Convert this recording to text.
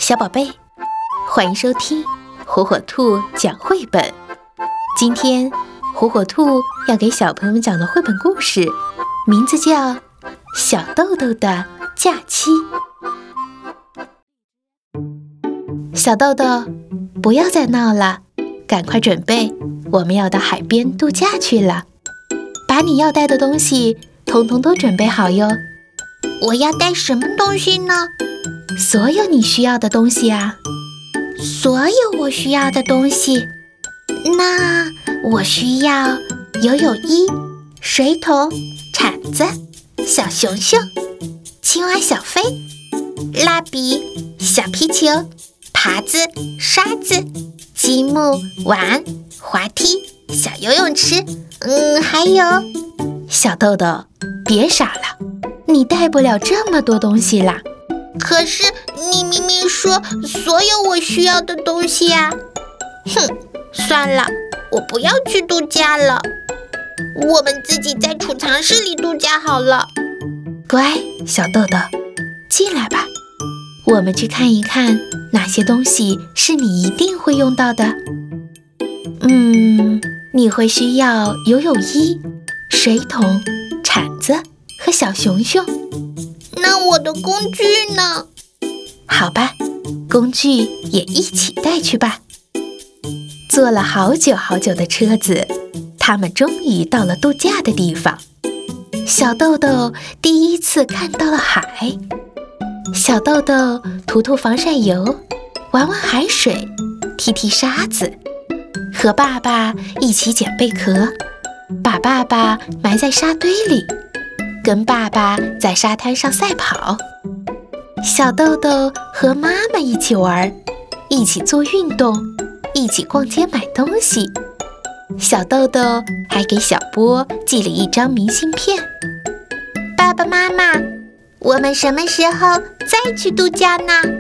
小宝贝，欢迎收听火火兔讲绘本。今天火火兔要给小朋友们讲的绘本故事名字叫《小豆豆的假期》。小豆豆，不要再闹了，赶快准备，我们要到海边度假去了。把你要带的东西统统都准备好哟。 我要带什么东西呢？ 所有你需要的东西啊。 所有我需要的东西，那我需要游泳衣、水桶、铲子、小熊熊、青蛙小飞、蜡笔、小皮球、耙子、刷子、积木、碗、滑梯、小游泳池，还有…… 小豆豆，别傻了，你带不了这么多东西啦。 可是你明明说所有我需要的东西啊！哼，算了，我不要去度假了，我们自己在储藏室里度假好了。 乖，小豆豆，进来吧，我们去看一看哪些东西是你一定会用到的。你会需要游泳衣、水桶、铲子和小熊熊。 那我的工具呢？ 好吧，工具也一起带去吧。坐了好久好久的车子，他们终于到了度假的地方。小豆豆第一次看到了海。小豆豆涂涂防晒油，玩玩海水，踢踢沙子，和爸爸一起捡贝壳，把爸爸埋在沙堆里，跟爸爸在沙滩上赛跑。小豆豆和妈妈一起玩，一起做运动，一起逛街买东西。小豆豆还给小波寄了一张明信片。 爸爸妈妈，我们什么时候再去度假呢？